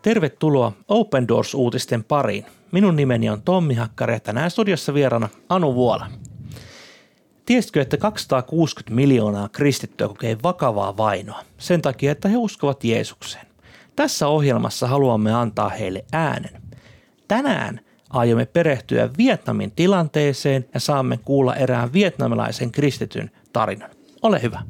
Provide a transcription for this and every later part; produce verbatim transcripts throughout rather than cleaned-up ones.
Tervetuloa Open Doors-uutisten pariin. Minun nimeni on Tommi Hakkari ja tänään studiossa vieraana Anu Vuola. Tiesitkö, että kaksisataakuusikymmentä miljoonaa kristittyä kokee vakavaa vainoa sen takia, että he uskovat Jeesukseen? Tässä ohjelmassa haluamme antaa heille äänen. Tänään aiomme perehtyä Vietnamin tilanteeseen ja saamme kuulla erään vietnamilaisen kristityn tarinan. Ole hyvä.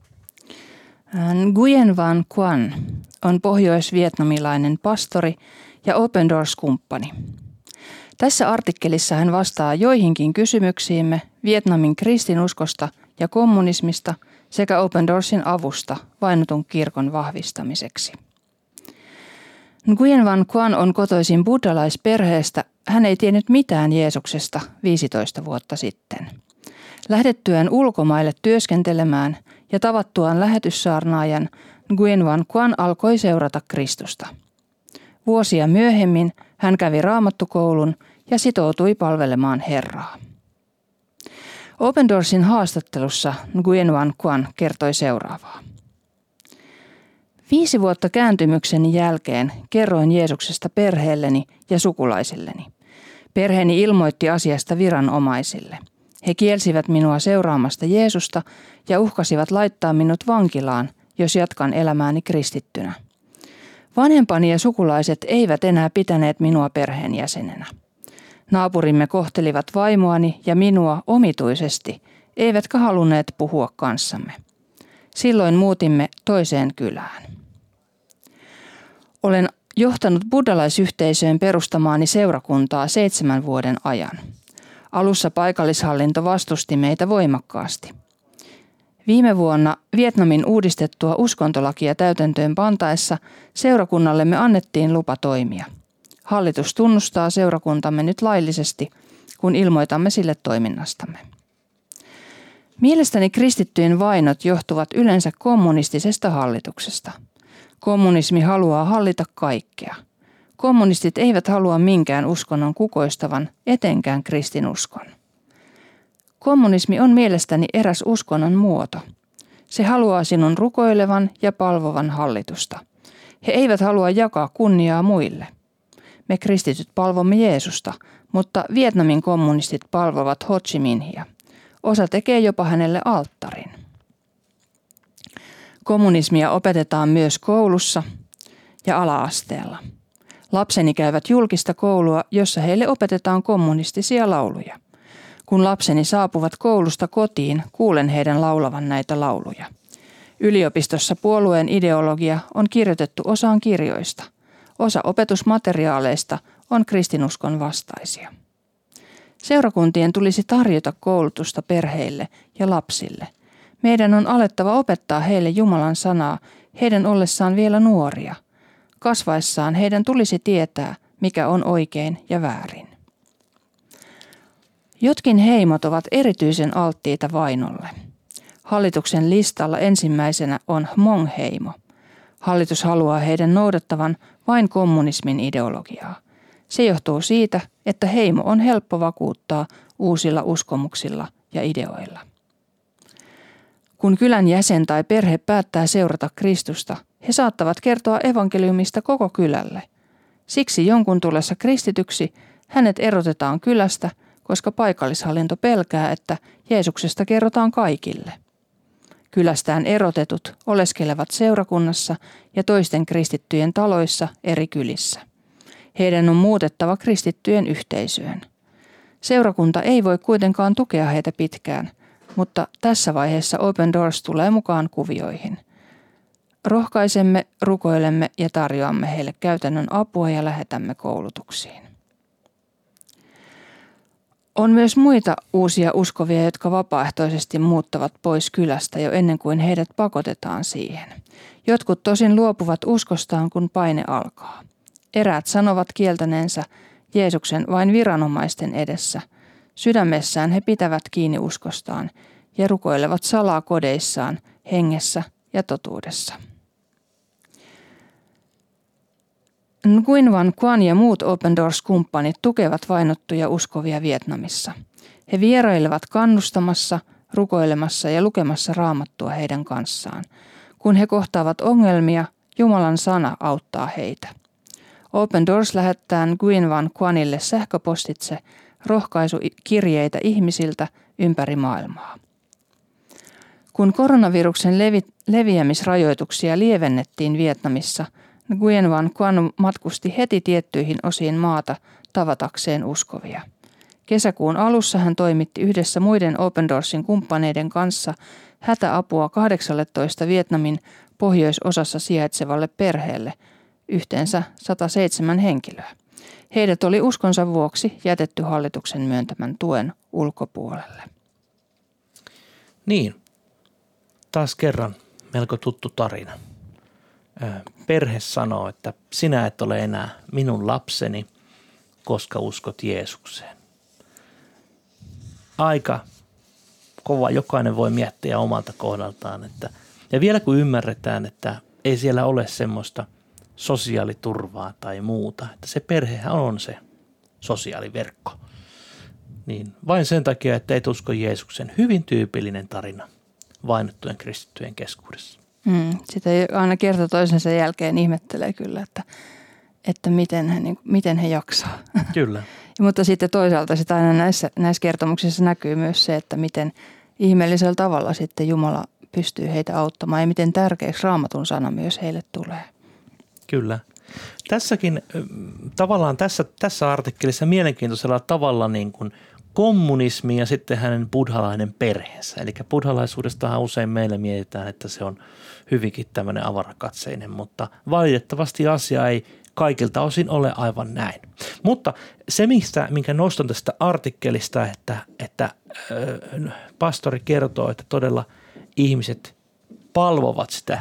Nguyen Van Quan on pohjois-vietnamilainen pastori ja Open Doors-kumppani. Tässä artikkelissa hän vastaa joihinkin kysymyksiimme Vietnamin kristinuskosta ja kommunismista sekä Open Doorsin avusta vainotun kirkon vahvistamiseksi. Nguyen Van Quan on kotoisin buddhalaisperheestä. Hän ei tiennyt mitään Jeesuksesta viisitoista vuotta sitten. Lähdettyään ulkomaille työskentelemään ja tavattuaan lähetyssaarnaajan, Nguyen Van Quan alkoi seurata Kristusta. Vuosia myöhemmin hän kävi raamattukoulun ja sitoutui palvelemaan Herraa. Open Doorsin haastattelussa Nguyen Van Quan kertoi seuraavaa. Viisi vuotta kääntymykseni jälkeen kerroin Jeesuksesta perheelleni ja sukulaisilleni. Perheeni ilmoitti asiasta viranomaisille. He kielsivät minua seuraamasta Jeesusta ja uhkasivat laittaa minut vankilaan, jos jatkan elämääni kristittynä. Vanhempani ja sukulaiset eivät enää pitäneet minua perheenjäsenenä. Naapurimme kohtelivat vaimoani ja minua omituisesti, eivätkä halunneet puhua kanssamme. Silloin muutimme toiseen kylään. Olen johtanut buddhalaisyhteisöön perustamaani seurakuntaa seitsemän vuoden ajan. Alussa paikallishallinto vastusti meitä voimakkaasti. Viime vuonna Vietnamin uudistettua uskontolakia täytäntöön pantaessa seurakunnallemme annettiin lupa toimia. Hallitus tunnustaa seurakuntamme nyt laillisesti, kun ilmoitamme sille toiminnastamme. Mielestäni kristittyjen vainot johtuvat yleensä kommunistisesta hallituksesta. Kommunismi haluaa hallita kaikkea. Kommunistit eivät halua minkään uskonnon kukoistavan, etenkään kristinuskon. Kommunismi on mielestäni eräs uskonnon muoto. Se haluaa sinun rukoilevan ja palvovan hallitusta. He eivät halua jakaa kunniaa muille. Me kristityt palvomme Jeesusta, mutta Vietnamin kommunistit palvovat Ho Chi Minhia. Osa tekee jopa hänelle alttarin. Kommunismia opetetaan myös koulussa ja ala-asteella. Lapseni käyvät julkista koulua, jossa heille opetetaan kommunistisia lauluja. Kun lapseni saapuvat koulusta kotiin, kuulen heidän laulavan näitä lauluja. Yliopistossa puolueen ideologia on kirjoitettu osaan kirjoista. Osa opetusmateriaaleista on kristinuskon vastaisia. Seurakuntien tulisi tarjota koulutusta perheille ja lapsille. Meidän on alettava opettaa heille Jumalan sanaa heidän ollessaan vielä nuoria. Kasvaessaan heidän tulisi tietää, mikä on oikein ja väärin. Jotkin heimot ovat erityisen alttiita vainolle. Hallituksen listalla ensimmäisenä on Hmong-heimo. Hallitus haluaa heidän noudattavan vain kommunismin ideologiaa. Se johtuu siitä, että heimo on helppo vakuuttaa uusilla uskomuksilla ja ideoilla. Kun kylän jäsen tai perhe päättää seurata Kristusta, he saattavat kertoa evankeliumista koko kylälle. Siksi jonkun tullessa kristityksi hänet erotetaan kylästä, koska paikallishallinto pelkää, että Jeesuksesta kerrotaan kaikille. Kylästään erotetut oleskelevat seurakunnassa ja toisten kristittyjen taloissa eri kylissä. Heidän on muutettava kristittyjen yhteisöön. Seurakunta ei voi kuitenkaan tukea heitä pitkään, mutta tässä vaiheessa Open Doors tulee mukaan kuvioihin. Rohkaisemme, rukoilemme ja tarjoamme heille käytännön apua ja lähetämme koulutuksiin. On myös muita uusia uskovia, jotka vapaaehtoisesti muuttavat pois kylästä jo ennen kuin heidät pakotetaan siihen. Jotkut tosin luopuvat uskostaan, kun paine alkaa. Eräät sanovat kieltäneensä Jeesuksen vain viranomaisten edessä. Sydämessään he pitävät kiinni uskostaan ja rukoilevat salaa kodeissaan, hengessä ja totuudessa. Nguyen Van Quan ja muut Open Doors-kumppanit tukevat vainottuja uskovia Vietnamissa. He vierailevat kannustamassa, rukoilemassa ja lukemassa raamattua heidän kanssaan. Kun he kohtaavat ongelmia, Jumalan sana auttaa heitä. Open Doors lähettää Nguyen Van Quanille sähköpostitse rohkaisukirjeitä ihmisiltä ympäri maailmaa. Kun koronaviruksen levi- leviämisrajoituksia lievennettiin Vietnamissa, Nguyen Van Quan matkusti heti tiettyihin osiin maata tavatakseen uskovia. Kesäkuun alussa hän toimitti yhdessä muiden Open Doorsin kumppaneiden kanssa hätäapua kahdeksalletoista Vietnamin pohjoisosassa sijaitsevalle perheelle, yhteensä sata seitsemän henkilöä. Heidät oli uskonsa vuoksi jätetty hallituksen myöntämän tuen ulkopuolelle. Niin, taas kerran melko tuttu tarina. Perhe sanoo, että sinä et ole enää minun lapseni, koska uskot Jeesukseen. Aika kova, jokainen voi miettiä omalta kohdaltaan. Että, ja vielä kun ymmärretään, että ei siellä ole semmoista sosiaaliturvaa tai muuta, että se perhehän on se sosiaaliverkko. Niin vain sen takia, että et usko Jeesuksen, hyvin tyypillinen tarina vainottujen kristittyjen keskuudessa. Mm, sitä aina kerta toisensa jälkeen ihmettelee kyllä, että, että miten, he, niin, miten he jaksaa. Kyllä. Mutta sitten toisaalta sitä aina näissä, näissä kertomuksissa näkyy myös se, että miten ihmeellisellä tavalla sitten Jumala pystyy heitä auttamaan ja miten tärkeäksi Raamatun sana myös heille tulee. Kyllä. Tässäkin tavallaan tässä, tässä artikkelissa mielenkiintoisella tavalla niin kuin kommunismi ja sitten hänen buddhalainen perheensä. Eli buddhalaisuudestahan usein meillä mietitään, että se on hyvinkin tämmöinen avarakatseinen, mutta valitettavasti asia ei kaikilta osin ole aivan näin. Mutta se, mistä, minkä nostan tästä artikkelista, että, että äh, pastori kertoo, että todella ihmiset palvovat sitä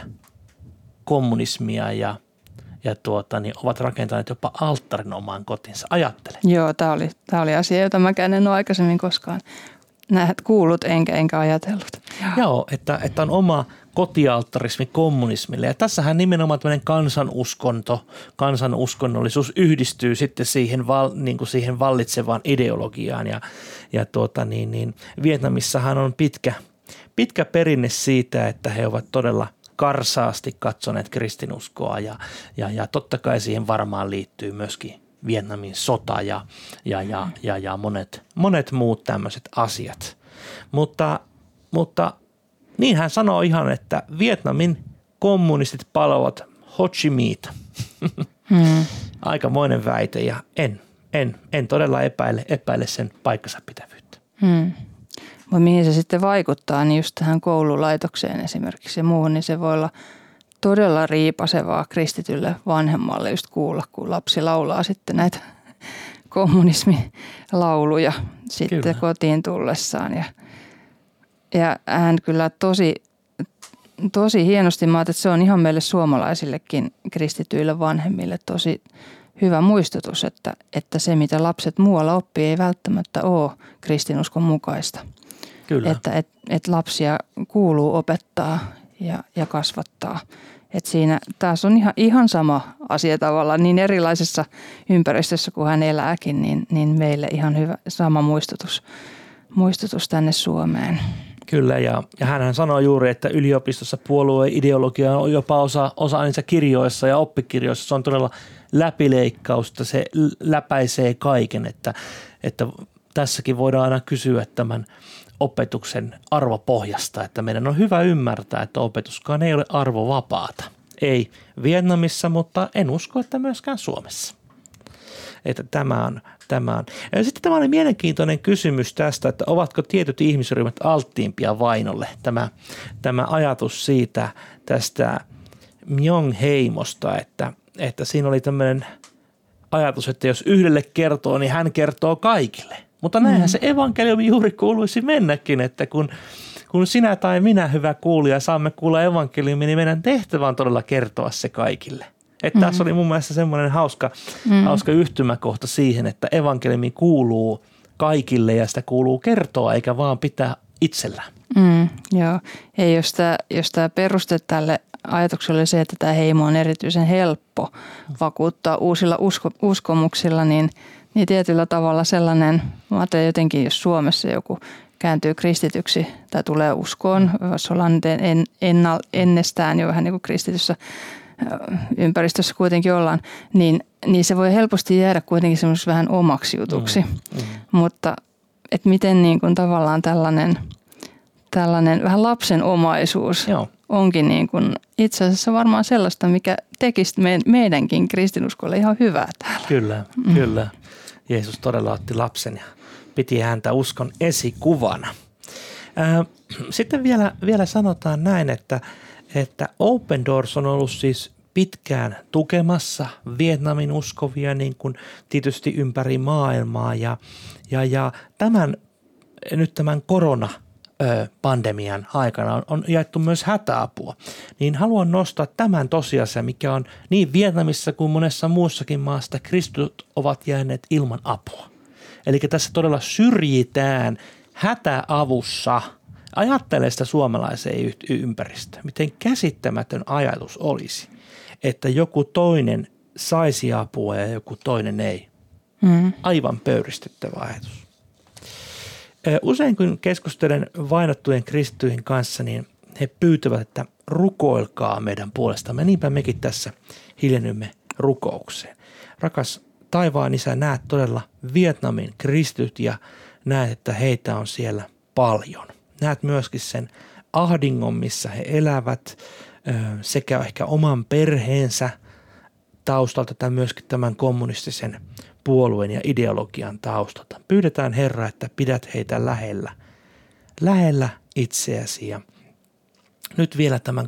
kommunismia ja Ja tuota, niin ovat rakentaneet jopa alttarin omaan kotinsa. Ajattele. Joo, tämä oli, tämä oli asia, jota mäkään en ole aikaisemmin koskaan nähnyt, kuullut enkä, enkä ajatellut. Joo, Joo että, että on oma kotialttarismi kommunismille. Ja tässähän nimenomaan tämmöinen kansanuskonto, kansanuskonnollisuus yhdistyy sitten siihen, val, niin kuin siihen vallitsevaan ideologiaan. Ja, ja tuota, niin, niin, Vietnamissahan on pitkä, pitkä perinne siitä, että he ovat todella karsaasti katsoneet kristinuskoa ja, ja, ja totta kai siihen varmaan liittyy myöskin Vietnamin sota ja, ja, ja, ja, ja monet, monet muut tämmöiset asiat. Mutta, mutta niin hän sanoo ihan, että Vietnamin kommunistit palovat Ho Chi Minhta. Hmm. Aikamoinen väite ja en, en, en todella epäile, epäile sen paikkansa pitävyyttä. Hmm. Mutta mihin se sitten vaikuttaa, niin just tähän koululaitokseen esimerkiksi ja muuhun, niin se voi olla todella riipasevaa kristitylle vanhemmalle just kuulla, kun lapsi laulaa sitten näitä kommunismilauluja sitten kyllä. kotiin tullessaan. Ja, ja hän kyllä tosi, tosi hienosti, mä ajattelin, että se on ihan meille suomalaisillekin kristityille vanhemmille tosi hyvä muistutus, että, että se mitä lapset muualla oppii ei välttämättä ole kristinuskon mukaista. Kyllä. Että et, et lapsia kuuluu opettaa ja, ja kasvattaa. Et siinä taas on ihan, ihan sama asia tavallaan niin erilaisessa ympäristössä kuin hän elääkin, niin, niin meille ihan hyvä sama muistutus, muistutus tänne Suomeen. Kyllä ja, ja hänhän sanoi juuri, että yliopistossa puolueideologia on jopa osa, osa niissä kirjoissa ja oppikirjoissa. Se on todella läpileikkausta, se läpäisee kaiken, että, että tässäkin voidaan aina kysyä tämän opetuksen arvopohjasta, että meidän on hyvä ymmärtää, että opetuskaan ei ole arvovapaata. Ei Vietnamissa, mutta en usko, että myöskään Suomessa. Että tämä on, tämä on. Ja sitten tämä oli mielenkiintoinen kysymys tästä, että ovatko tietyt ihmisryhmät alttiimpia vainolle. Tämä, tämä ajatus siitä tästä Myung-heimosta, että, että siinä oli tämmöinen ajatus, että jos yhdelle kertoo, niin hän kertoo kaikille. Mutta näinhän se evankeliumi juuri kuuluisi mennäkin, että kun, kun sinä tai minä, hyvä kuulija, saamme kuulla evankeliumi, niin meidän tehtävä on todella kertoa se kaikille. Että mm. tässä oli mun mielestä semmoinen hauska, mm. hauska yhtymäkohta siihen, että evankeliumi kuuluu kaikille ja sitä kuuluu kertoa eikä vaan pitää itsellään. Mm, joo, ja jos tämä, jos tämä peruste tälle ajatukselle se, että tämä heimo on erityisen helppo vakuuttaa uusilla usko, uskomuksilla, niin Niin tietyllä tavalla sellainen, mä ajattelen jotenkin, jos Suomessa joku kääntyy kristityksi tai tulee uskoon, jos ollaan nyt en, ennal, ennestään jo vähän niin kuin kristityssä ympäristössä kuitenkin ollaan, niin, niin se voi helposti jäädä kuitenkin semmoisessa vähän omaksi jutuksi. Mm, mm. Mutta että miten niin kuin tavallaan tällainen, tällainen vähän lapsen omaisuus Joo. onkin niin kuin itse asiassa varmaan sellaista, mikä tekisi me, meidänkin kristinuskolle ihan hyvää täällä. Kyllä, mm. kyllä. Jeesus todella otti lapsen ja piti häntä uskon esikuvana. Sitten vielä, vielä sanotaan näin, että, että Open Doors on ollut siis pitkään tukemassa Vietnamin uskovia niin kuin tietysti ympäri maailmaa ja, ja, ja tämän, nyt tämän koronapandemian aikana on, on jaettu myös hätäapua. Niin haluan nostaa tämän tosiasian, mikä on niin Vietnamissa kuin monessa muussakin maassa, että kristityt ovat jääneet ilman apua. Eli tässä todella syrjitään hätäavussa. Ajattele sitä suomalaiseen ympäristöön. Miten käsittämätön ajatus olisi, että joku toinen saisi apua ja joku toinen ei. Mm. Aivan pöyristyttävä ajatus. Usein kun keskustelen vainottujen kristittyjen kanssa, niin he pyytävät, että rukoilkaa meidän puolestamme. Niinpä mekin tässä hiljennymme rukoukseen. Rakas taivaan Isä, näet todella Vietnamin kristityt ja näet, että heitä on siellä paljon. Näet myöskin sen ahdingon, missä he elävät sekä ehkä oman perheensä taustalta tai myöskin tämän kommunistisen puolueen ja ideologian taustalta. Pyydetään Herra, että pidät heitä lähellä, lähellä itseäsi ja nyt vielä tämän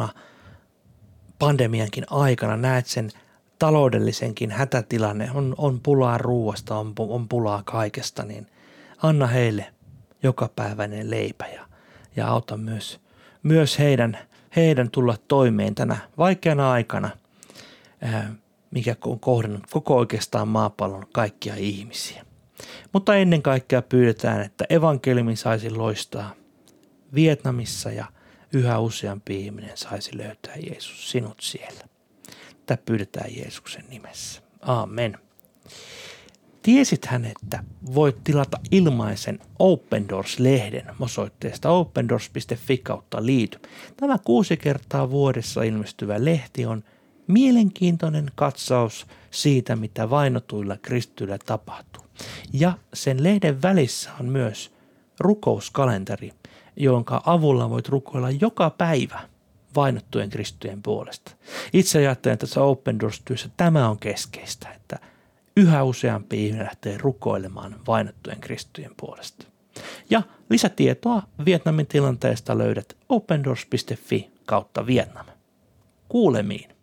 koronapandemiankin aikana näet sen taloudellisenkin hätätilanne, on, on pulaa ruuasta, on, on pulaa kaikesta, niin anna heille jokapäiväinen leipä ja, ja auta myös, myös heidän, heidän tulla toimeen tänä vaikeana aikana, ää, mikä on kohdannut koko oikeastaan maapallon kaikkia ihmisiä. Mutta ennen kaikkea pyydetään, että evankeliumi saisi loistaa Vietnamissa ja yhä useampi ihminen saisi löytää Jeesus sinut siellä. Tätä pyydetään Jeesuksen nimessä. Aamen. Tiesithän, että voit tilata ilmaisen Open Doors-lehden osoitteesta opendoors piste fi kautta liity. Tämä kuusi kertaa vuodessa ilmestyvä lehti on mielenkiintoinen katsaus siitä, mitä vainotuilla kristityillä tapahtuu. Ja sen lehden välissä on myös rukouskalenteri, jonka avulla voit rukoilla joka päivä vainottujen kristittyjen puolesta. Itse ajattelen, että tässä Open Doors-työssä tämä on keskeistä, että yhä useampi ihminen lähtee rukoilemaan vainottujen kristittyjen puolesta. Ja lisätietoa Vietnamin tilanteesta löydät opendoors piste fi kautta Vietnam. Kuulemiin.